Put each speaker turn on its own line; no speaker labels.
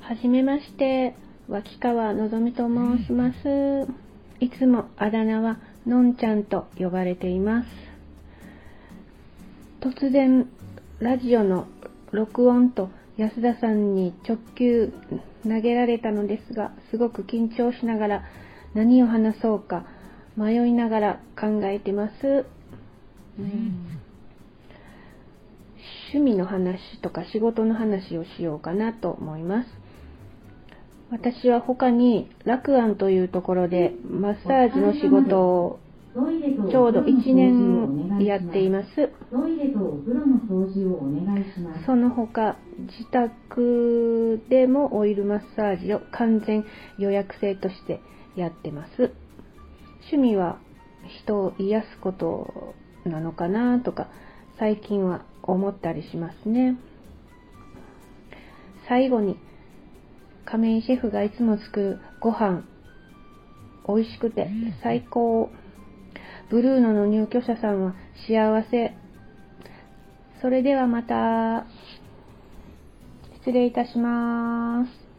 はじめまして、脇川のぞみと申します。いつもあだ名はのんちゃんと呼ばれています。突然ラジオの録音と安田さんに直球投げられたのですが、すごく緊張しながら何を話そうか迷いながら考えてます。趣味の話とか仕事の話をしようかなと思います。私は他に楽庵というところでマッサージの仕事をちょうど1年やっています。その他自宅でもオイルマッサージを完全予約制としてやってます。趣味は人を癒すことなのかなとか最近は思ったりしますね。最後に亀井シェフがいつも作るご飯美味しくて最高。ブルーノの入居者さんは幸せ。それではまた失礼いたします。